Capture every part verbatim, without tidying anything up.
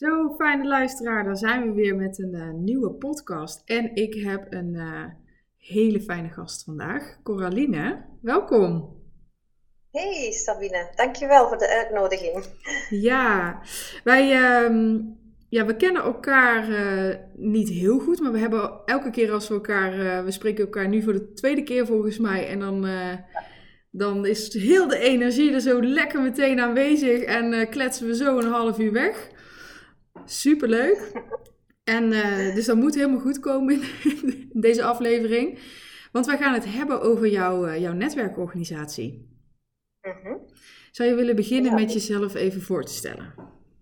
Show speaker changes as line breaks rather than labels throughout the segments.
Zo, fijne luisteraar, daar zijn we weer met een eh, nieuwe podcast. En ik heb een eh, hele fijne gast vandaag, Coraline. Welkom.
Hey Sabine, dankjewel voor de uitnodiging.
Ja, wij ehm, ja, we kennen elkaar eh, niet heel goed, maar we hebben elke keer als we elkaar, eh, we spreken elkaar nu voor de tweede keer volgens mij. En dan, eh, dan is heel de energie er zo lekker meteen aanwezig en eh, kletsen we zo een half uur weg. Superleuk. En uh, dus dat moet helemaal goed komen in deze aflevering. Want wij gaan het hebben over jouw, uh, jouw netwerkorganisatie.
Mm-hmm.
Zou je willen beginnen
Ja,
met jezelf even voor te stellen?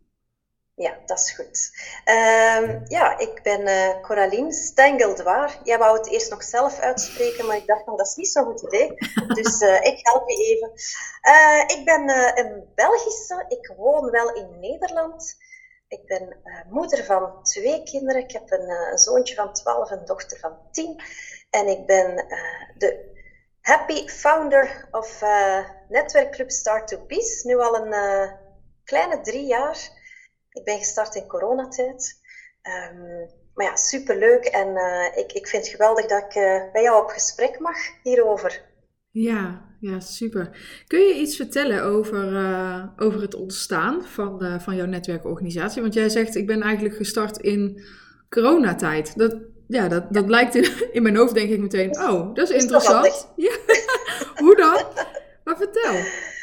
ja, dat is goed. Um, ja, ik ben uh, Coraline Stengeldwaar. Jij wou het eerst nog zelf uitspreken, maar ik dacht, nou, dat is niet zo'n goed idee. Dus uh, ik help je even. Uh, ik ben uh, een Belgische. Ik woon wel in Nederland. Ik ben uh, moeder van twee kinderen. Ik heb een, uh, een zoontje van twaalf en een dochter van tien. En ik ben uh, de happy founder of uh, netwerkclub Start to Peace. Nu al een uh, kleine drie jaar. Ik ben gestart in coronatijd. Um, maar ja, superleuk. En uh, ik, ik vind het geweldig dat ik uh, bij jou op gesprek mag hierover.
Ja, ja, super. Kun je iets vertellen over, uh, over het ontstaan van, uh, van jouw netwerkorganisatie? Want jij zegt, ik ben eigenlijk gestart in coronatijd. Dat, ja, dat, dat lijkt in, in mijn hoofd denk ik meteen, oh, dat is interessant. Ja. Hoe dan? Maar vertel.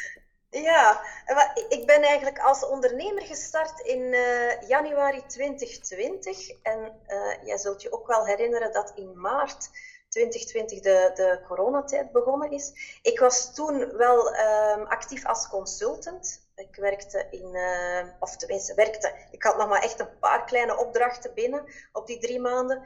Ja, ik ben eigenlijk als ondernemer gestart in uh, januari twintig twintig. En uh, jij zult je ook wel herinneren dat in maart twintig twintig de, de coronatijd begonnen is. Ik was toen wel um, actief als consultant. Ik werkte in, uh, of tenminste werkte, ik had nog maar echt een paar kleine opdrachten binnen op die drie maanden.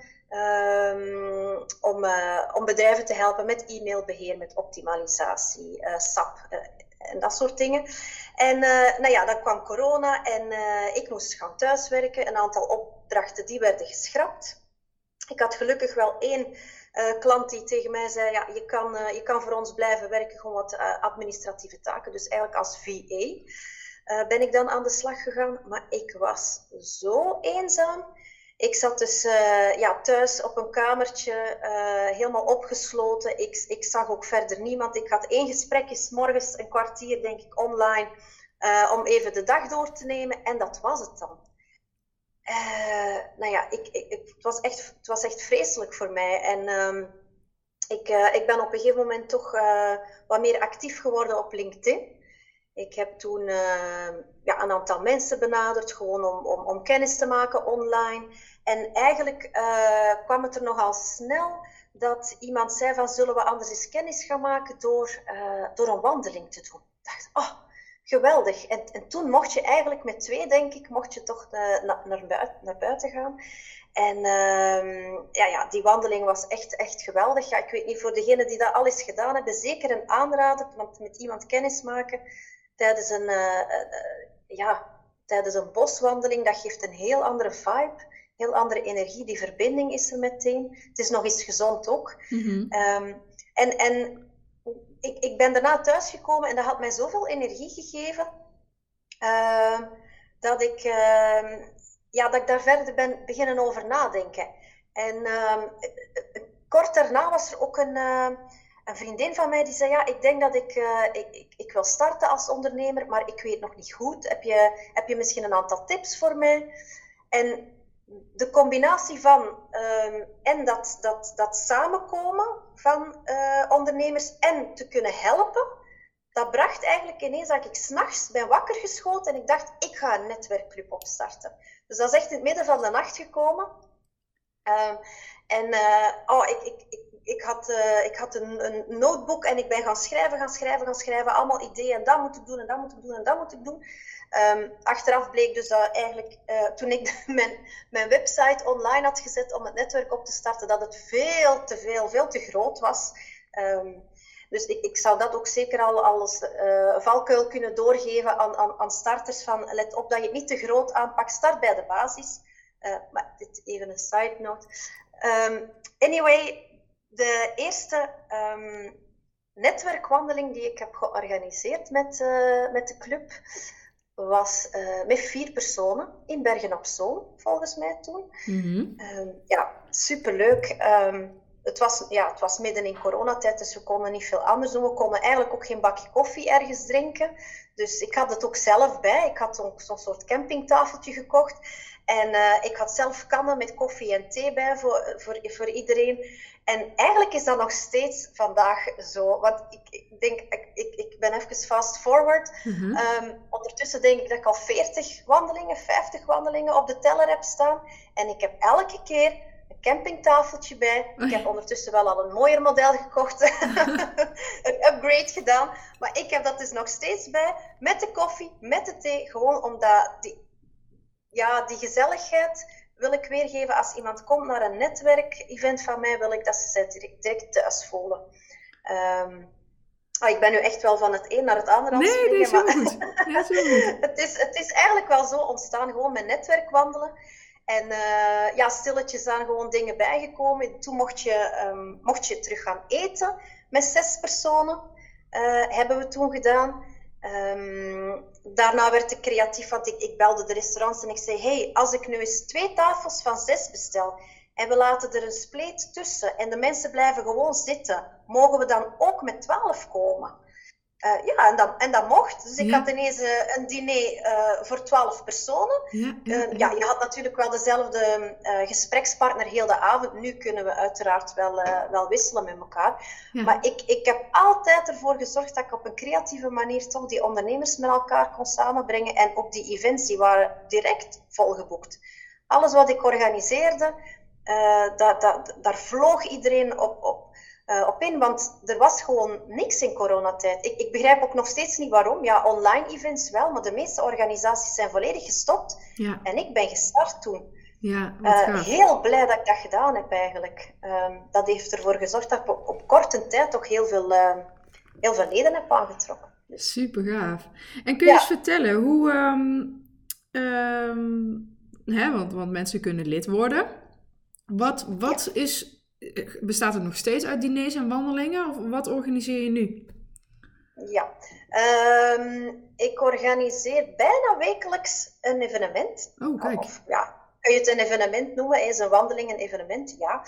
Um, om, uh, om bedrijven te helpen met e-mailbeheer, met optimalisatie, uh, S A P uh, en dat soort dingen. En uh, nou ja, dan kwam corona en uh, ik moest gaan thuiswerken. Een aantal opdrachten die werden geschrapt. Ik had gelukkig wel één uh, klant die tegen mij zei, ja, je kan, uh, je kan voor ons blijven werken, gewoon wat uh, administratieve taken. Dus eigenlijk als V A uh, ben ik dan aan de slag gegaan. Maar ik was zo eenzaam. Ik zat dus uh, ja, thuis op een kamertje, uh, helemaal opgesloten. Ik, ik zag ook verder niemand. Ik had één gesprekje 's morgens, een kwartier denk ik online, uh, om even de dag door te nemen. En dat was het dan. Uh, nou ja, ik, ik, het, was echt, het was echt vreselijk voor mij. En um, ik, uh, ik ben op een gegeven moment toch uh, wat meer actief geworden op LinkedIn. Ik heb toen uh, ja, een aantal mensen benaderd, gewoon om, om, om kennis te maken online. En eigenlijk uh, kwam het er nogal snel dat iemand zei van, zullen we anders eens kennis gaan maken door, uh, door een wandeling te doen. Ik dacht, oh, geweldig. En, en toen mocht je eigenlijk met twee, denk ik, mocht je toch uh, na, naar, buiten, naar buiten gaan. En uh, ja, ja, die wandeling was echt, echt geweldig. Ja, ik weet niet, voor degenen die dat al eens gedaan hebben, zeker een aanrader, want met iemand kennis maken tijdens een, uh, uh, ja, tijdens een boswandeling, dat geeft een heel andere vibe, heel andere energie. Die verbinding is er meteen. Het is nog eens gezond ook. Mm-hmm. Um, en, en ik, ik ben daarna thuisgekomen en dat had mij zoveel energie gegeven, uh, dat, ik, uh, ja, dat ik daar verder ben beginnen over nadenken. En uh, kort daarna was er ook een... Uh, Een vriendin van mij die zei, ja, ik denk dat ik, uh, ik, ik, ik wil starten als ondernemer, maar ik weet nog niet goed. Heb je, heb je misschien een aantal tips voor mij? En de combinatie van um, en dat, dat, dat samenkomen van uh, ondernemers en te kunnen helpen, dat bracht eigenlijk ineens dat ik 's nachts ben wakker geschoten en ik dacht, ik ga een netwerkclub opstarten. Dus dat is echt in het midden van de nacht gekomen. Um, en uh, oh, ik... ik, ik Ik had, uh, ik had een, een notebook en ik ben gaan schrijven, gaan schrijven, gaan schrijven. Allemaal ideeën. En dat moet ik doen, en dat moet ik doen, en dat moet ik doen. Um, achteraf bleek dus dat eigenlijk, uh, toen ik mijn, mijn website online had gezet om het netwerk op te starten, dat het veel te veel, veel te groot was. Um, dus ik, ik zou dat ook zeker al als uh, valkuil kunnen doorgeven aan, aan, aan starters. Van, let op dat je het niet te groot aanpakt. Start bij de basis. Uh, maar dit even een side note. Um, anyway... De eerste um, netwerkwandeling die ik heb georganiseerd met, uh, met de club, was uh, met vier personen in Bergen-op-Zoom, volgens mij toen.
Mm-hmm.
Um, ja, superleuk. Um, het, was, ja, het was midden in coronatijd, dus we konden niet veel anders doen. We konden eigenlijk ook geen bakje koffie ergens drinken. Dus ik had het ook zelf bij. Ik had zo'n, zo'n soort campingtafeltje gekocht. En uh, ik had zelf kannen met koffie en thee bij voor, voor, voor iedereen. En eigenlijk is dat nog steeds vandaag zo. Want ik, ik denk, ik, ik, ik ben even fast forward.
Mm-hmm.
Um, ondertussen denk ik dat ik al veertig wandelingen, vijftig wandelingen op de teller heb staan. En ik heb elke keer een campingtafeltje bij. Ik heb ondertussen wel al een mooier model gekocht. Een upgrade gedaan. Maar ik heb dat dus nog steeds bij. Met de koffie, met de thee. Gewoon omdat die, ja, die gezelligheid wil ik weergeven. Als iemand komt naar een netwerkevent van mij, wil ik dat ze zich direct, direct thuis voelen. Um, oh, ik ben nu echt wel van het een naar het ander aan het
springen. Nee,
maar...
dat is heel goed. Ja, is heel goed.
het, is, het is eigenlijk wel zo ontstaan, gewoon met netwerkwandelen. En uh, ja, stilletjes aan gewoon dingen bijgekomen. Toen mocht je, um, mocht je terug gaan eten met zes personen. Uh, hebben we toen gedaan. Um, daarna werd ik creatief, want ik, ik belde de restaurants en ik zei, hey, als ik nu eens twee tafels van zes bestel en we laten er een spleet tussen en de mensen blijven gewoon zitten, mogen we dan ook met twaalf komen? Uh, ja, en dat, en dat mocht. Dus ik
ja.
had ineens uh, een diner uh, voor twaalf personen.
Ja, ja,
uh, ja, je had natuurlijk wel dezelfde uh, gesprekspartner heel de avond. Nu kunnen we uiteraard wel, uh, wel wisselen met elkaar. Ja. Maar ik, ik heb altijd ervoor gezorgd dat ik op een creatieve manier toch die ondernemers met elkaar kon samenbrengen. En ook die events, die waren direct volgeboekt. Alles wat ik organiseerde, uh, da, da, daar vloog iedereen op, op. Uh, op in, want er was gewoon niks in coronatijd. Ik, ik begrijp ook nog steeds niet waarom. Ja, online events wel, maar de meeste organisaties zijn volledig gestopt.
Ja.
En ik ben gestart toen.
Ja, wat
uh, heel blij dat ik dat gedaan heb eigenlijk. Um, dat heeft ervoor gezorgd dat ik op, op korte tijd toch heel veel, uh, heel veel leden heb aangetrokken.
Dus. Super gaaf. En kun je
ja.
eens vertellen hoe... Um, um, hè, want, want mensen kunnen lid worden. Wat, wat ja. is... Bestaat het nog steeds uit diners en wandelingen? Of wat organiseer je nu?
Ja, um, ik organiseer bijna wekelijks een evenement.
Oh, kijk.
Of, ja, kun je het een evenement noemen? Is een wandeling een evenement? Ja.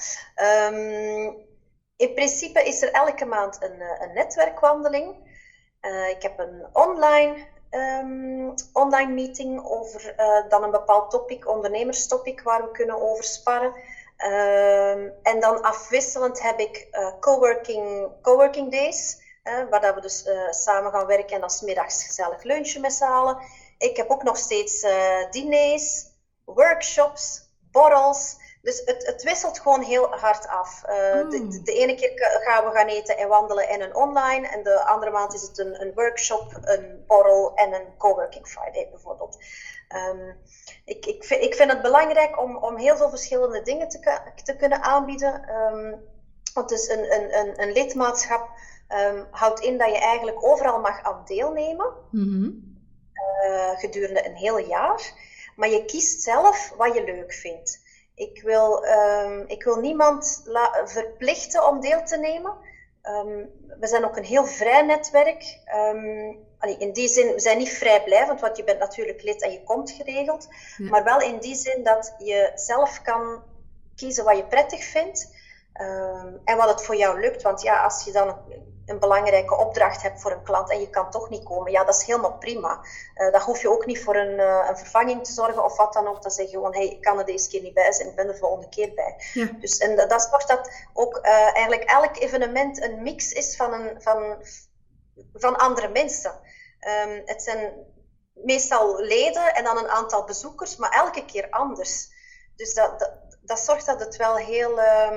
Um, in principe is er elke maand een, een netwerkwandeling. Uh, ik heb een online, um, online meeting over uh, dan een bepaald topic, ondernemerstopic, waar we kunnen over sparren. Um, en dan afwisselend heb ik uh, coworking, coworking days, uh, waar dat we dus uh, samen gaan werken en dan 's middags gezellig lunchen met z'n allen. Ik heb ook nog steeds uh, diners, workshops, borrels. Dus het, het wisselt gewoon heel hard af. Uh, mm. de, de ene keer gaan we gaan eten en wandelen en een online. En de andere maand is het een, een workshop, een borrel en een coworking Friday bijvoorbeeld. Um, ik, ik, vind, ik vind het belangrijk om, om heel veel verschillende dingen te, te kunnen aanbieden. Um, want dus een, een, een, een lidmaatschap um, houdt in dat je eigenlijk overal mag aan deelnemen.
Mm-hmm.
Uh, gedurende een heel jaar. Maar je kiest zelf wat je leuk vindt. Ik wil, um, ik wil niemand la- verplichten om deel te nemen. Um, we zijn ook een heel vrij netwerk. Um, in die zin, we zijn niet vrijblijvend, want je bent natuurlijk lid en je komt geregeld. Ja. Maar wel in die zin dat je zelf kan kiezen wat je prettig vindt. Um, en wat het voor jou lukt. Want ja, als je dan een, een belangrijke opdracht hebt voor een klant en je kan toch niet komen, ja, dat is helemaal prima. Uh, dan hoef je ook niet voor een, uh, een vervanging te zorgen of wat dan ook. Dan zeg je gewoon, hey, ik kan er deze keer niet bij zijn, ik ben er de volgende keer bij. Ja. Dus, en dat, dat zorgt dat ook uh, eigenlijk elk evenement een mix is van, een, van, van andere mensen. Um, het zijn meestal leden en dan een aantal bezoekers, maar elke keer anders. Dus dat, dat, dat zorgt dat het wel heel, uh,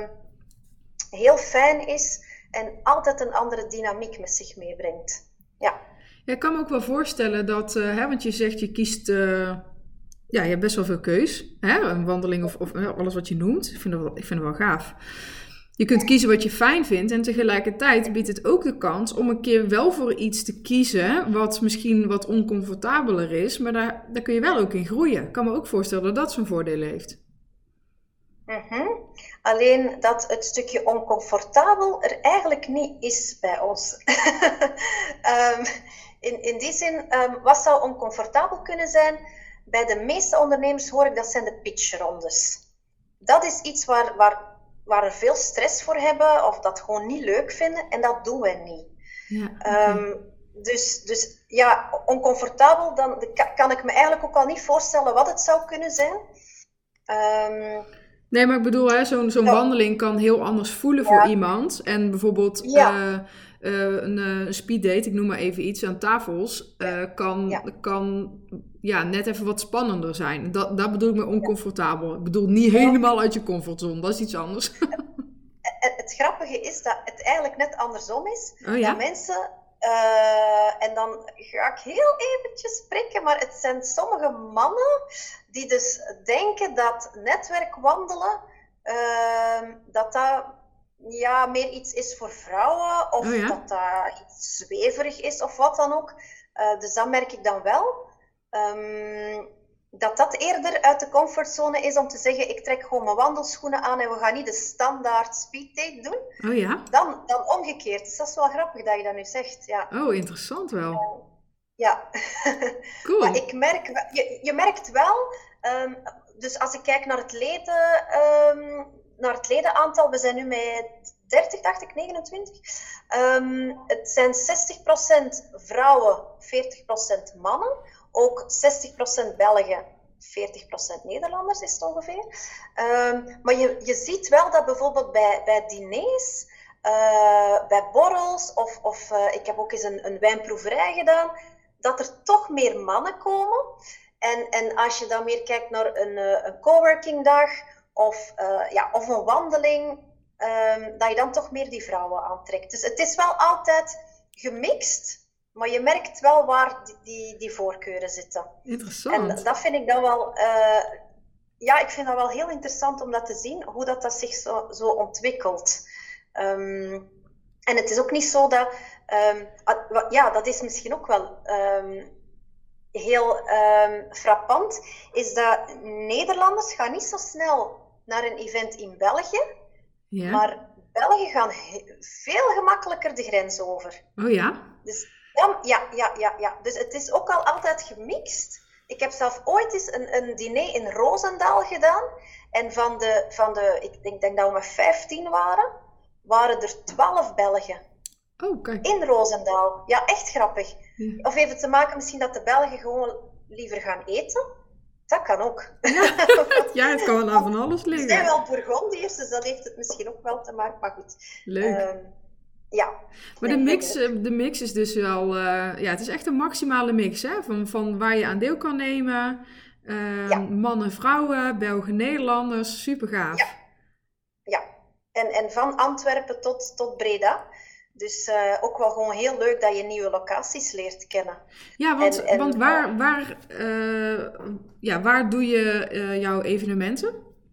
heel fijn is en altijd een andere dynamiek met zich meebrengt. Ja.
Ja, ik kan me ook wel voorstellen dat, uh, hè, want je zegt je kiest, uh, ja, je hebt best wel veel keus. Hè? Een wandeling of, of uh, alles wat je noemt. Ik vind, het wel, ik vind het wel gaaf. Je kunt kiezen wat je fijn vindt en tegelijkertijd biedt het ook de kans om een keer wel voor iets te kiezen wat misschien wat oncomfortabeler is, maar daar, daar kun je wel ook in groeien. Ik kan me ook voorstellen dat dat zijn voordelen heeft.
Mm-hmm. Alleen dat het stukje oncomfortabel er eigenlijk niet is bij ons. um, in, in die zin, um, wat zou oncomfortabel kunnen zijn? Bij de meeste ondernemers hoor ik, dat zijn de pitchrondes. Dat is iets waar, waar, waar er veel stress voor hebben, of dat gewoon niet leuk vinden, en dat doen wij niet.
Ja, okay.
um, dus, dus ja, oncomfortabel, dan kan ik me eigenlijk ook al niet voorstellen wat het zou kunnen zijn. Um,
Nee, maar ik bedoel, hè, zo'n, zo'n
ja.
wandeling kan heel anders voelen
Ja.
voor iemand. En bijvoorbeeld
Ja.
uh, uh, een, een speeddate, ik noem maar even iets, aan tafels, uh, kan,
Ja.
kan ja, net even wat spannender zijn. Dat, dat bedoel ik met oncomfortabel. Ik bedoel niet helemaal uit je comfortzone, dat is iets anders.
Het, het grappige is dat het eigenlijk net andersom is.
Oh, ja?
Dat mensen, uh, en dan ga ik heel eventjes spreken, maar het zijn sommige mannen die dus denken dat netwerkwandelen, uh, dat dat ja, meer iets is voor vrouwen, of
oh, ja?
dat dat iets zweverig is, of wat dan ook. Uh, dus dat merk ik dan wel. Um, dat dat eerder uit de comfortzone is om te zeggen, ik trek gewoon mijn wandelschoenen aan en we gaan niet de standaard speeddate doen.
Oh ja?
Dan, dan omgekeerd. Dus dat is wel grappig dat je dat nu zegt. Ja.
Oh, interessant wel.
Uh, ja.
Cool.
Maar ik merk, je, je merkt wel, um, dus als ik kijk naar het leden, um, naar het ledenaantal, we zijn nu met dertig, dacht ik, negenentwintig. Um, het zijn zestig procent vrouwen, veertig procent mannen. Ook zestig procent Belgen, veertig procent Nederlanders is het ongeveer. Um, maar je, je ziet wel dat bijvoorbeeld bij, bij diners, uh, bij borrels, of, of uh, ik heb ook eens een, een wijnproeverij gedaan, dat er toch meer mannen komen. En, en als je dan meer kijkt naar een, uh, een coworking dag, of, uh, ja, of een wandeling, um, dat je dan toch meer die vrouwen aantrekt. Dus het is wel altijd gemixt. Maar je merkt wel waar die, die, die voorkeuren zitten.
Interessant.
En dat vind ik dan wel... Uh, ja, ik vind dat wel heel interessant om dat te zien, hoe dat, dat zich zo, zo ontwikkelt. Um, en het is ook niet zo dat... Um, ja, dat is misschien ook wel um, heel um, frappant, is dat Nederlanders gaan niet zo snel naar een event in België,
ja.
maar Belgen gaan he- veel gemakkelijker de grens over.
Oh ja?
Dus... Ja, ja, ja, ja, ja. Dus het is ook al altijd gemixt. Ik heb zelf ooit eens een, een diner in Roosendaal gedaan. En van de, van de ik denk, denk dat we met vijftien waren, waren er twaalf Belgen.
Oh, kijk.
In Roosendaal. Ja, echt grappig.
Ja.
Of even te maken misschien dat de Belgen gewoon liever gaan eten. Dat kan ook.
Ja, ja, het kan wel aan van alles liggen.
Ze zijn wel Bourgondiërs, dus dat heeft het misschien ook wel te maken. Maar goed.
Leuk.
Um, Ja.
Maar de mix, de mix is dus wel... Uh, ja, het is echt een maximale mix, hè? Van, van waar je aan deel kan nemen. Uh, ja. Mannen, vrouwen, Belgen, Nederlanders. Super gaaf.
Ja. Ja. En, en van Antwerpen tot, tot Breda. Dus uh, ook wel gewoon heel leuk dat je nieuwe locaties leert kennen.
Ja, want,
en, en,
want waar, waar, uh, ja, waar doe je uh, jouw evenementen?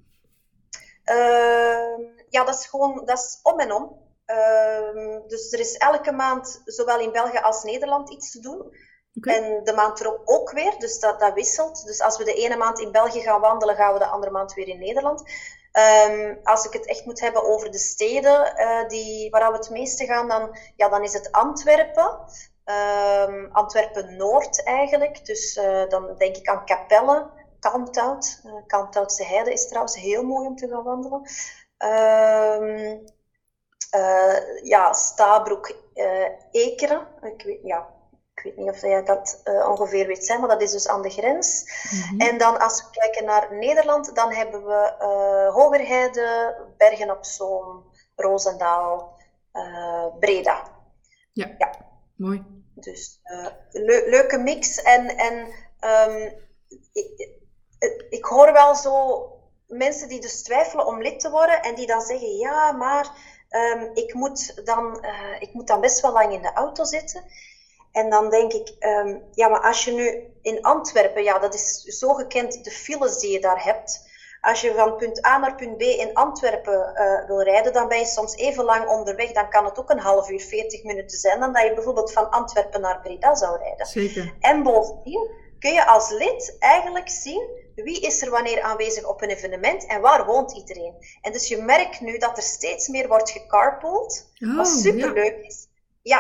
Uh, ja, dat is gewoon... Dat is om en om. Uh, dus er is elke maand, zowel in België als Nederland, iets te doen. Okay. En de maand erop ook weer, dus dat, dat wisselt. Dus als we de ene maand in België gaan wandelen, gaan we de andere maand weer in Nederland. Um, als ik het echt moet hebben over de steden uh, die, waar we het meeste gaan, dan, ja, dan is het Antwerpen. Um, Antwerpen-Noord eigenlijk. Dus uh, dan denk ik aan Capelle, Kalmthout. Uh, Kalmthoutse Heide is trouwens heel mooi om te gaan wandelen. Um, Uh, ja, Stabroek, uh, Ekeren. Ik weet, ja, ik weet niet of jij dat uh, ongeveer weet zijn, maar dat is dus aan de grens. Mm-hmm. En dan als we kijken naar Nederland, dan hebben we uh, Hogerheide, Bergen op Zoom, Roosendaal, uh, Breda.
Ja, ja, mooi.
Dus uh, le- leuke mix. En, en um, ik, ik hoor wel zo mensen die dus twijfelen om lid te worden en die dan zeggen, ja, maar... Um, ik, moet dan, uh, ik moet dan best wel lang in de auto zitten. En dan denk ik, um, ja, maar als je nu in Antwerpen, ja, dat is zo gekend, de files die je daar hebt. Als je van punt A naar punt B in Antwerpen uh, wil rijden, dan ben je soms even lang onderweg. Dan kan het ook een half uur, veertig minuten zijn, dan dat je bijvoorbeeld van Antwerpen naar Breda zou rijden.
Zeker.
En bovendien kun je als lid eigenlijk zien... Wie is er wanneer aanwezig op een evenement en waar woont iedereen? En dus je merkt nu dat er steeds meer wordt gecarpooled, oh, wat superleuk ja. is. Ja,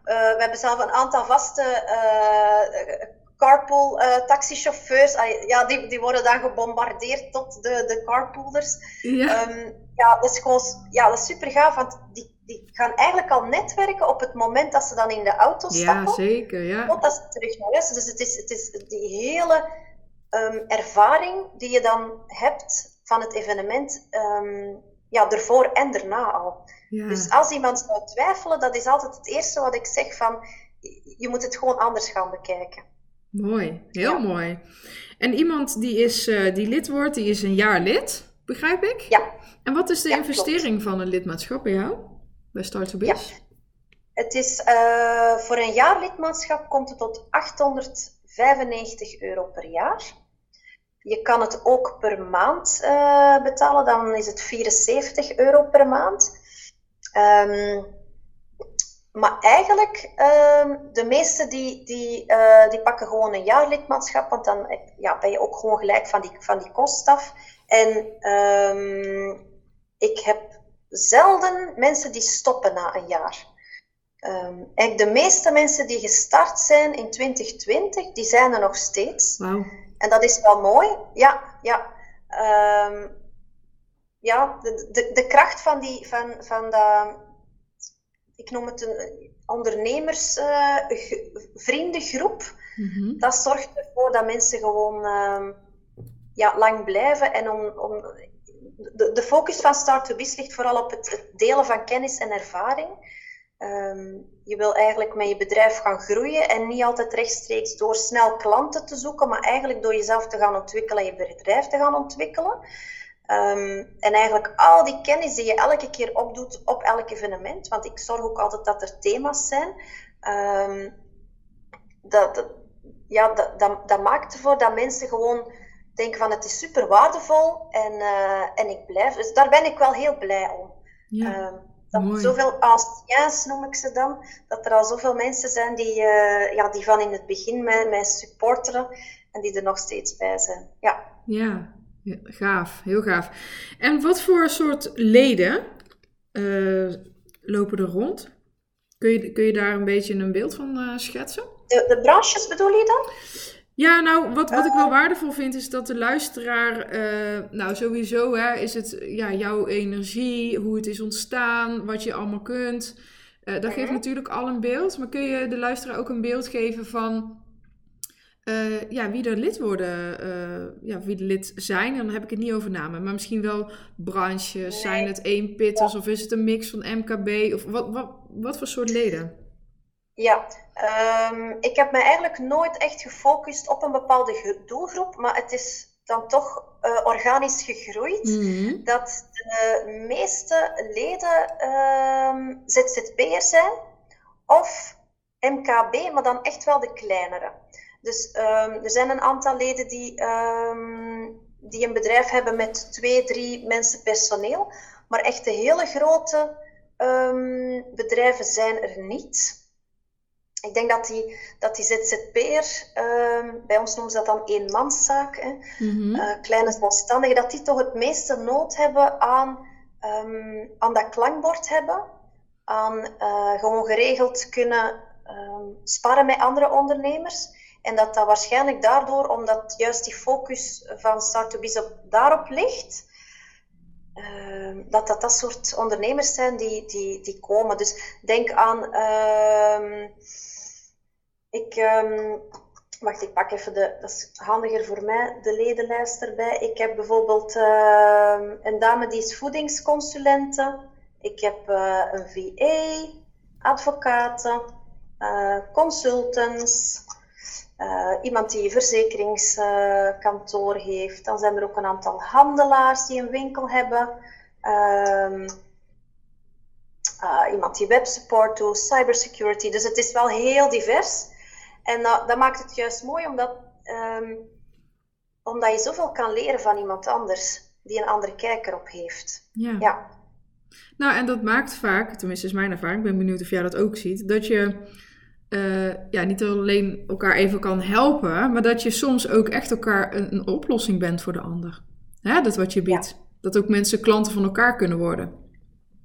we hebben zelf een aantal vaste uh, carpool uh, taxichauffeurs. Uh, ja, die, die worden dan gebombardeerd tot de, de carpoolers. Ja. Um, ja, dat is gewoon ja, dat is super gaaf, want die, die gaan eigenlijk al netwerken op het moment dat ze dan in de auto stappen.
Ja, zeker, ja.
Totdat ze terug naar huis. Dus het is, het is die hele um, ervaring die je dan hebt van het evenement, um, ja, ervoor en daarna al. Ja. Dus als iemand zou twijfelen, dat is altijd het eerste wat ik zeg van, je moet het gewoon anders gaan bekijken.
Mooi, heel ja. mooi. En iemand die, is, uh, die lid wordt, die is een jaar lid, begrijp ik?
Ja.
En wat is de
ja,
investering
klopt.
van een lidmaatschap bij jou, bij Start to Biz?
Ja. Het is, uh, voor een jaar lidmaatschap komt het tot achthonderdvijfennegentig euro per jaar. Je kan het ook per maand uh, betalen, dan is het vierenzeventig euro per maand. Um, maar eigenlijk, um, de meesten die, die, uh, die pakken gewoon een jaar lidmaatschap, want dan ja, ben je ook gewoon gelijk van die, van die kost af. En um, ik heb zelden mensen die stoppen na een jaar. Um, eigenlijk de meeste mensen die gestart zijn in twintig twintig, die zijn er nog steeds.
Wow.
En dat is wel mooi. Ja, ja. Um, ja, de, de, de kracht van die, van, van de, ik noem het een ondernemers-vriendengroep, uh, mm-hmm. dat zorgt ervoor dat mensen gewoon um, ja, lang blijven. En om, om, de, de focus van Start to Biz ligt vooral op het, het delen van kennis en ervaring. Um, je wil eigenlijk met je bedrijf gaan groeien en niet altijd rechtstreeks door snel klanten te zoeken, maar eigenlijk door jezelf te gaan ontwikkelen en je bedrijf te gaan ontwikkelen. Um, en eigenlijk al die kennis die je elke keer opdoet op elk evenement, want ik zorg ook altijd dat er thema's zijn, um, dat, dat, ja, dat, dat, dat maakt ervoor dat mensen gewoon denken van het is super waardevol en, uh, en ik blijf. Dus daar ben ik wel heel blij om.
Ja.
Um, Dat zoveel anciens noem ik ze dan, dat er al zoveel mensen zijn die, uh, ja, die van in het begin mij, mij supporteren en die er nog steeds bij zijn. Ja.
Ja, ja, gaaf, heel gaaf. En wat voor soort leden uh, lopen er rond? Kun je, kun je daar een beetje een beeld van uh, schetsen?
De, de branches bedoel je dan?
Ja, nou, wat, wat ik wel waardevol vind is dat de luisteraar, uh, nou sowieso hè, is het ja, jouw energie, hoe het is ontstaan, wat je allemaal kunt. Uh, dat mm-hmm. geeft natuurlijk al een beeld, maar kun je de luisteraar ook een beeld geven van uh, ja, wie er lid worden, uh, ja, wie er lid zijn. En dan heb ik het niet over namen, maar misschien wel branches, nee. Zijn het eenpitters ja. of is het een mix van M K B of wat, wat, wat voor soort leden?
Ja, um, ik heb me eigenlijk nooit echt gefocust op een bepaalde doelgroep, maar het is dan toch uh, organisch gegroeid. Mm-hmm. Dat de meeste leden um, Z Z P'ers zijn of M K B, maar dan echt wel de kleinere. Dus um, er zijn een aantal leden die, um, die een bedrijf hebben met twee, drie mensen personeel, maar echt de hele grote um, bedrijven zijn er niet. Ik denk dat die, dat die Z Z P'er, uh, bij ons noemen ze dat dan eenmanszaak, hè, mm-hmm. uh, kleine zelfstandigen, dat die toch het meeste nood hebben aan, um, aan dat klankbord hebben, aan uh, gewoon geregeld kunnen um, sparren met andere ondernemers. En dat dat waarschijnlijk daardoor, omdat juist die focus van Start to Biz op, daarop ligt, Uh, dat dat dat soort ondernemers zijn die, die, die komen. Dus denk aan... Uh, ik, um, wacht, ik pak even de... Dat is handiger voor mij, de ledenlijst erbij. Ik heb bijvoorbeeld uh, een dame die is voedingsconsulente. Ik heb uh, een V A, advocaten, uh, consultants... Uh, iemand die een verzekeringskantoor uh, heeft. Dan zijn er ook een aantal handelaars die een winkel hebben. Um, uh, iemand die websupport doet, cybersecurity. Dus het is wel heel divers. En uh, dat maakt het juist mooi, omdat, um, omdat je zoveel kan leren van iemand anders die een andere kijk erop heeft.
Ja.
ja.
Nou, en dat maakt vaak, tenminste is mijn ervaring, ik ben benieuwd of jij dat ook ziet, dat je... Uh, ja, niet alleen elkaar even kan helpen, maar dat je soms ook echt elkaar een, een oplossing bent voor de ander. Hè, dat wat je biedt. Ja. Dat ook mensen klanten van elkaar kunnen worden.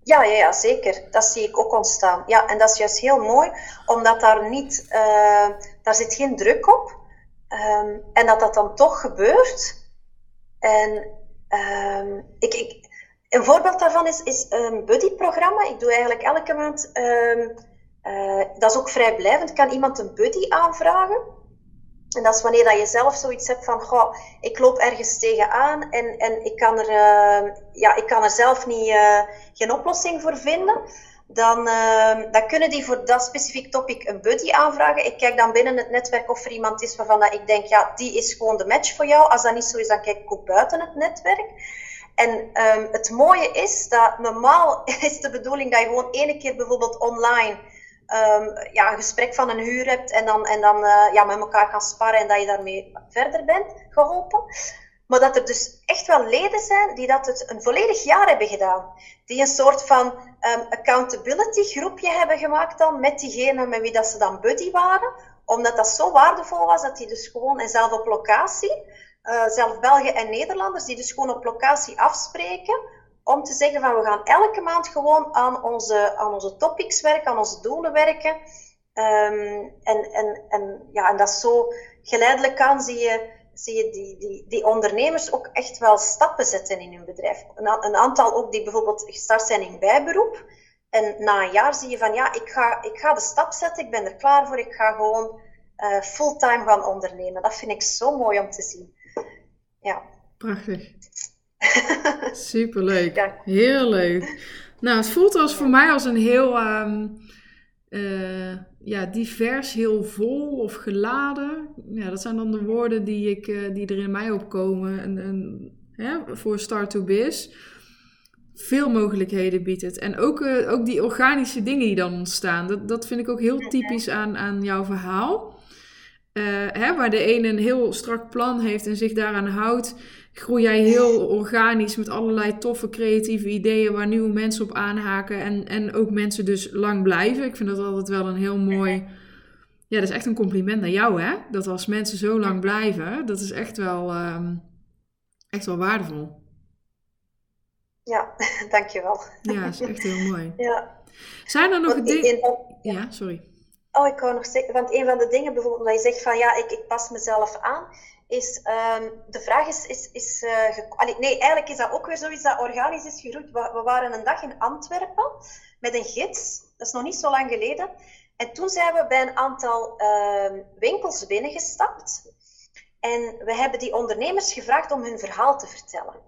Ja, ja, ja, zeker. Dat zie ik ook ontstaan. Ja, en dat is juist heel mooi, omdat daar niet, uh, daar zit geen druk op. Um, en dat dat dan toch gebeurt. En um, ik, ik, een voorbeeld daarvan is, is een buddy-programma. Ik doe eigenlijk elke maand, um, uh, dat is ook vrijblijvend, kan iemand een buddy aanvragen. En dat is wanneer dat je zelf zoiets hebt van, goh, ik loop ergens tegenaan en, en ik, kan er, uh, ja, ik kan er zelf niet, uh, geen oplossing voor vinden. Dan, uh, dan kunnen die voor dat specifiek topic een buddy aanvragen. Ik kijk dan binnen het netwerk of er iemand is waarvan dat ik denk, ja, die is gewoon de match voor jou. Als dat niet zo is, dan kijk ik ook buiten het netwerk. En um, het mooie is dat normaal is de bedoeling dat je gewoon ene keer bijvoorbeeld online Um, ja, een gesprek van een uur hebt en dan, en dan uh, ja, met elkaar gaan sparren en dat je daarmee verder bent geholpen. Maar dat er dus echt wel leden zijn die dat het een volledig jaar hebben gedaan. Die een soort van um, accountability groepje hebben gemaakt dan met diegene met wie dat ze dan buddy waren. Omdat dat zo waardevol was dat die dus gewoon, en zelf op locatie, uh, zelf Belgen en Nederlanders, die dus gewoon op locatie afspreken. Om te zeggen van we gaan elke maand gewoon aan onze, aan onze topics werken, aan onze doelen werken. Um, en, en, en, ja, en dat is zo geleidelijk aan zie je, zie je die, die, die ondernemers ook echt wel stappen zetten in hun bedrijf. Een, een aantal ook die bijvoorbeeld gestart zijn in bijberoep. En na een jaar zie je van ja, ik ga, ik ga de stap zetten, ik ben er klaar voor, ik ga gewoon uh, fulltime gaan ondernemen. Dat vind ik zo mooi om te zien. Ja.
Prachtig. Superleuk. Ja. Heel leuk. Nou, het voelt als voor mij als een heel um, uh, ja, divers, heel vol of geladen. Ja, dat zijn dan de woorden die, ik, uh, die er in mij opkomen. En, en, hè, voor Start to Biz. Veel mogelijkheden biedt het. En ook, uh, ook die organische dingen die dan ontstaan. Dat, dat vind ik ook heel typisch aan, aan jouw verhaal. Uh, hè, waar de ene een heel strak plan heeft en zich daaraan houdt, groei jij heel organisch met allerlei toffe creatieve ideeën waar nieuwe mensen op aanhaken en, en ook mensen dus lang blijven. Ik vind dat altijd wel een heel mooi, ja, dat is echt een compliment naar jou, hè? Dat als mensen zo lang blijven, dat is echt wel, um, echt wel waardevol.
Ja, dankjewel.
Ja, dat is echt heel mooi.
Ja.
Zijn er nog dingen... Ja. ja, sorry.
Oh, ik wou nog zeggen, want een van de dingen bijvoorbeeld, dat je zegt van ja, ik, ik pas mezelf aan, is, um, de vraag is, is, is uh, ge- Allee, nee, eigenlijk is dat ook weer zoiets dat organisch is gegroeid. We, we waren een dag in Antwerpen met een gids, dat is nog niet zo lang geleden. En toen zijn we bij een aantal uh, winkels binnengestapt. En we hebben die ondernemers gevraagd om hun verhaal te vertellen.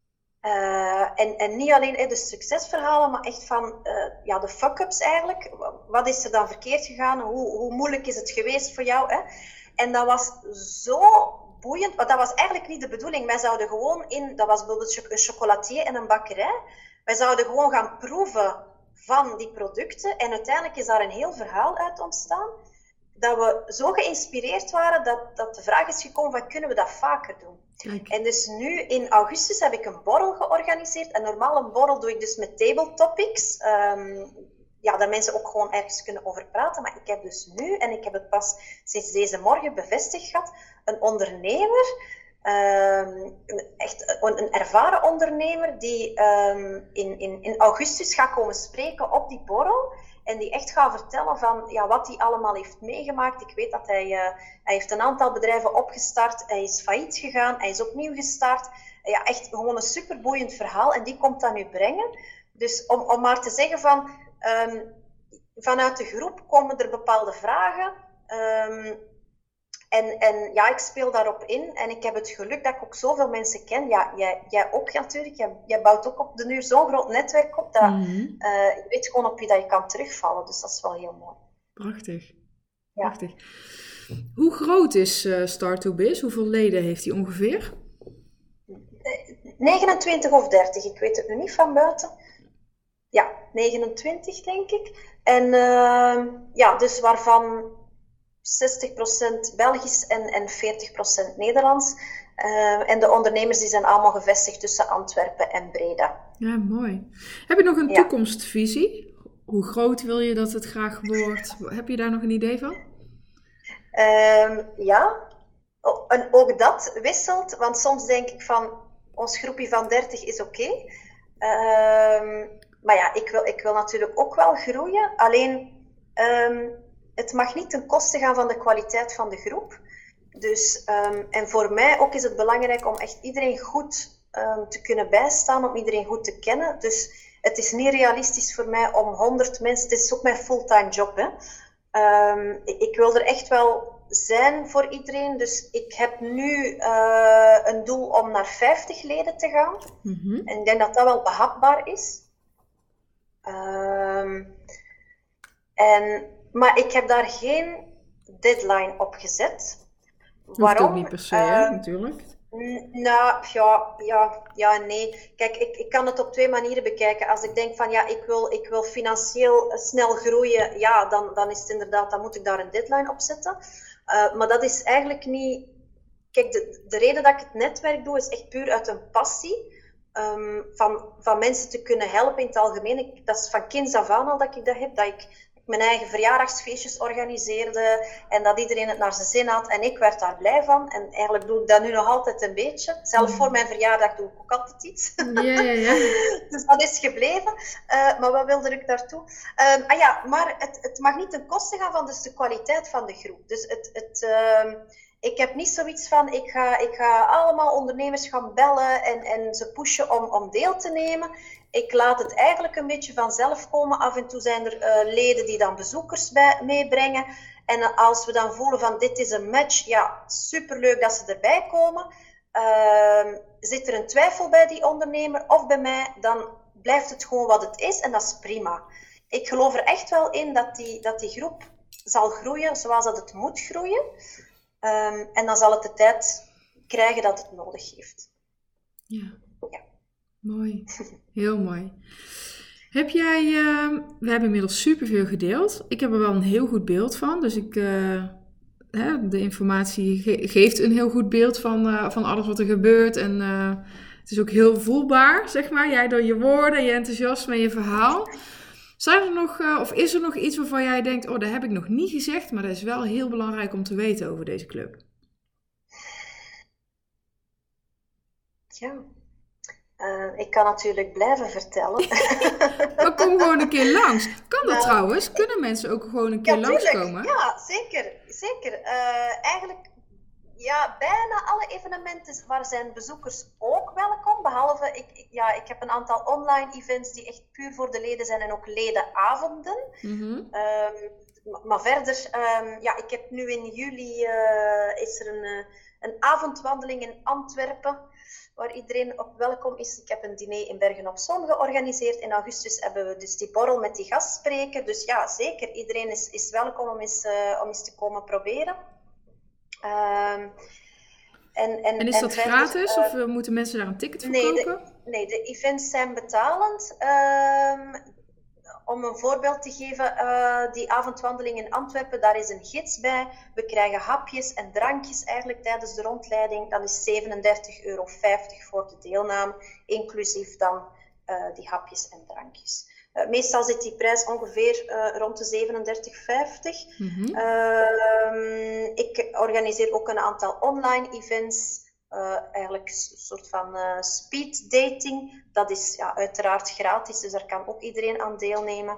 Uh, en, en niet alleen eh, de succesverhalen, maar echt van uh, ja, de fuck-ups eigenlijk. Wat is er dan verkeerd gegaan? Hoe, hoe moeilijk is het geweest voor jou? Hè? En dat was zo boeiend, want dat was eigenlijk niet de bedoeling. Wij zouden gewoon in, dat was bijvoorbeeld een chocolatier en een bakkerij. Wij zouden gewoon gaan proeven van die producten. En uiteindelijk is daar een heel verhaal uit ontstaan. Dat we zo geïnspireerd waren dat, dat de vraag is gekomen van kunnen we dat vaker doen? Kijk. En dus nu in augustus heb ik een borrel georganiseerd. En normaal een borrel doe ik dus met table topics. Um, ja, dat mensen ook gewoon ergens kunnen over praten. Maar ik heb dus nu, en ik heb het pas sinds deze morgen bevestigd gehad, een ondernemer, um, echt een, een ervaren ondernemer, die um, in, in, in augustus gaat komen spreken op die borrel. En die echt gaat vertellen van ja, wat hij allemaal heeft meegemaakt. Ik weet dat hij, uh, hij heeft een aantal bedrijven opgestart. Hij is failliet gegaan. Hij is opnieuw gestart. Ja, echt gewoon een superboeiend verhaal. En die komt dat nu brengen. Dus om, om maar te zeggen van... Um, vanuit de groep komen er bepaalde vragen. Um, en, en ja, ik speel daarop in. En ik heb het geluk dat ik ook zoveel mensen ken. Ja, jij, jij ook natuurlijk. Jij, jij bouwt ook op de nu zo'n groot netwerk op. Dat, mm-hmm. uh, je weet gewoon op wie dat je kan terugvallen. Dus dat is wel heel mooi.
Prachtig. Ja. Prachtig. Hoe groot is uh, Start to Biz? Hoeveel leden heeft hij ongeveer?
negenentwintig of dertig. Ik weet het nu niet van buiten. Ja, negenentwintig denk ik. En uh, ja, dus waarvan zestig procent Belgisch en, en veertig procent Nederlands. Uh, en de ondernemers die zijn allemaal gevestigd tussen Antwerpen en Breda.
Ja, mooi. Heb je nog een ja. toekomstvisie? Hoe groot wil je dat het graag wordt? Heb je daar nog een idee van?
Uh, ja, o- en ook dat wisselt. Want soms denk ik van, ons groepje van dertig is oké. Okay. Uh, maar ja, ik wil, ik wil natuurlijk ook wel groeien. Alleen, um, het mag niet ten koste gaan van de kwaliteit van de groep. Dus, um, en voor mij ook is het belangrijk om echt iedereen goed um, te kunnen bijstaan, om iedereen goed te kennen. Dus het is niet realistisch voor mij om honderd mensen... Het is ook mijn fulltime job, hè. Um, ik, ik wil er echt wel zijn voor iedereen. Dus ik heb nu uh, een doel om naar vijftig leden te gaan. Mm-hmm. En ik denk dat dat wel behapbaar is. Um, en, maar ik heb daar geen deadline op gezet.
Waarom? Hoeft ook niet per se, uh, hè, natuurlijk.
N- nou, ja, ja, ja, nee. Kijk, ik, ik kan het op twee manieren bekijken. Als ik denk van, ja, ik wil, ik wil financieel snel groeien, ja, dan, dan is het inderdaad, dan moet ik daar een deadline op zetten. Uh, maar dat is eigenlijk niet... Kijk, de, de reden dat ik het netwerk doe, is echt puur uit een passie. Um, van, van mensen te kunnen helpen in het algemeen. Ik, dat is van kinds af aan al dat ik dat heb, dat ik mijn eigen verjaardagsfeestjes organiseerde en dat iedereen het naar zijn zin had en ik werd daar blij van. En eigenlijk doe ik dat nu nog altijd een beetje. Zelf voor mijn verjaardag doe ik ook altijd iets.
Ja, ja, ja.
Dus dat is gebleven. Uh, maar wat wilde ik daartoe? Uh, ah ja, maar het, het mag niet ten koste gaan van dus de kwaliteit van de groep. Dus het... het uh, Ik heb niet zoiets van, ik ga, ik ga allemaal ondernemers gaan bellen en, en ze pushen om, om deel te nemen. Ik laat het eigenlijk een beetje vanzelf komen. Af en toe zijn er uh, leden die dan bezoekers bij, meebrengen. En uh, als we dan voelen van, dit is een match, ja, superleuk dat ze erbij komen. Uh, zit er een twijfel bij die ondernemer of bij mij, dan blijft het gewoon wat het is en dat is prima. Ik geloof er echt wel in dat die, dat die groep zal groeien zoals dat het moet groeien. Um, en dan zal het de tijd krijgen dat het nodig heeft.
Ja, ja. Mooi. Heel mooi. Heb jij, uh, we hebben inmiddels superveel gedeeld. Ik heb er wel een heel goed beeld van. Dus ik, uh, hè, de informatie ge- geeft een heel goed beeld van, uh, van alles wat er gebeurt. En uh, het is ook heel voelbaar, zeg maar. Jij door je woorden, je enthousiasme en je verhaal. Zijn er nog, uh, of is er nog iets waarvan jij denkt, oh, dat heb ik nog niet gezegd, maar dat is wel heel belangrijk om te weten over deze club?
Ja, uh, ik kan natuurlijk blijven vertellen.
Maar kom gewoon een keer langs. Kan dat nou, trouwens? Kunnen mensen ook gewoon een keer ja, langskomen?
Ja, zeker. zeker. Uh, eigenlijk, ja, bijna alle evenementen waar zijn bezoekers ook welkom. Behalve, ik, ja, ik heb een aantal online events die echt puur voor de leden zijn en ook ledenavonden. Mm-hmm. Um, maar verder, um, ja, ik heb nu in juli, uh, is er een, uh, een avondwandeling in Antwerpen, waar iedereen op welkom is. Ik heb een diner in Bergen op Zoom georganiseerd. In augustus hebben we dus die borrel met die gastspreker. Dus ja, zeker, iedereen is, is welkom om eens, uh, om eens te komen proberen. Um, en, en,
en is dat en verder, gratis uh, of uh, moeten mensen daar een ticket voor
nee,
kopen?
De, nee, de events zijn betalend. Um, om een voorbeeld te geven, uh, die avondwandeling in Antwerpen, daar is een gids bij. We krijgen hapjes en drankjes eigenlijk tijdens de rondleiding. Dat is zevenendertig euro vijftig voor de deelname, inclusief dan uh, die hapjes en drankjes. Uh, meestal zit die prijs ongeveer uh, rond de zevenendertig vijftig. Mm-hmm. Uh, ik organiseer ook een aantal online events. Uh, eigenlijk een soort van uh, speed dating. Dat is ja, uiteraard gratis, dus daar kan ook iedereen aan deelnemen.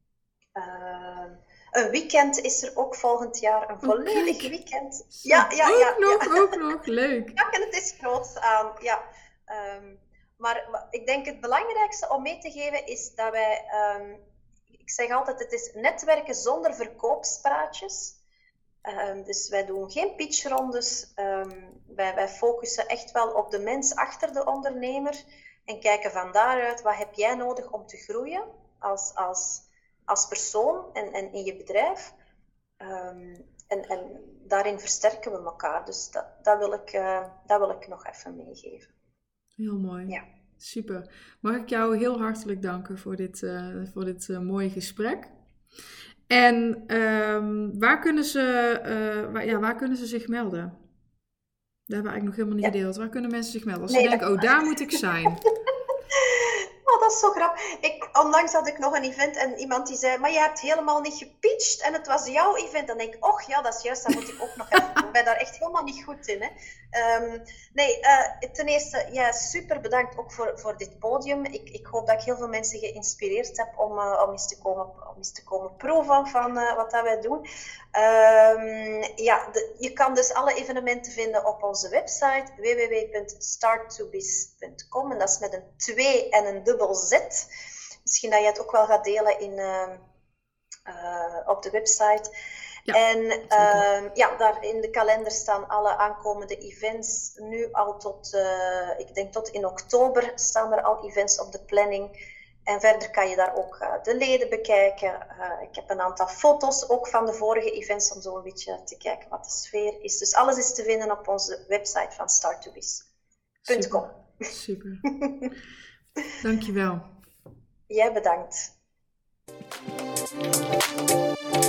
Uh, een weekend is er ook volgend jaar, een volledig oh, weekend.
Ja, ja, ja. Ook ja, nog, ja. ook nog, leuk.
Ja, en het is groot aan, ja. Um, Maar, maar ik denk het belangrijkste om mee te geven is dat wij, um, ik zeg altijd, het is netwerken zonder verkoopspraatjes. Um, dus wij doen geen pitchrondes. Um, wij, wij focussen echt wel op de mens achter de ondernemer en kijken van daaruit, wat heb jij nodig om te groeien als, als, als persoon en, en in je bedrijf. Um, en, en daarin versterken we elkaar. Dus dat, dat, wil ik, uh, dat wil ik nog even meegeven.
Heel mooi.
Ja.
Super. Mag ik jou heel hartelijk danken voor dit, uh, voor dit uh, mooie gesprek. En um, waar, kunnen ze, uh, waar, ja, waar kunnen ze zich melden? Dat hebben we eigenlijk nog helemaal niet ja. gedeeld. Waar kunnen mensen zich melden? Als nee, ze denken, oh, daar moet ik zijn.
Oh, dat is zo grappig. Ik, onlangs had ik nog een event en iemand die zei, maar je hebt helemaal niet gepitcht en het was jouw event. Dan denk ik, och ja, dat is juist, dat moet ik ook nog even doen. Ik ben daar echt helemaal niet goed in. Hè. Um, nee, uh, ten eerste, ja, super bedankt ook voor, voor dit podium. Ik, ik hoop dat ik heel veel mensen geïnspireerd heb om, uh, om, eens, te komen, om eens te komen proeven van uh, wat dat wij doen. Um, ja, de, je kan dus alle evenementen vinden op onze website w w w punt start to biz punt com en dat is met een twee en een dubbel Z. Misschien dat je het ook wel gaat delen in, uh, uh, op de website. Ja, en uh, ja, daar in de kalender staan alle aankomende events. Nu al tot, uh, ik denk tot in oktober staan er al events op de planning. En verder kan je daar ook uh, de leden bekijken. Uh, ik heb een aantal foto's ook van de vorige events om zo een beetje te kijken wat de sfeer is. Dus alles is te vinden op onze website van start to biz punt com.
Super. Super. Dankjewel.
Jij bedankt.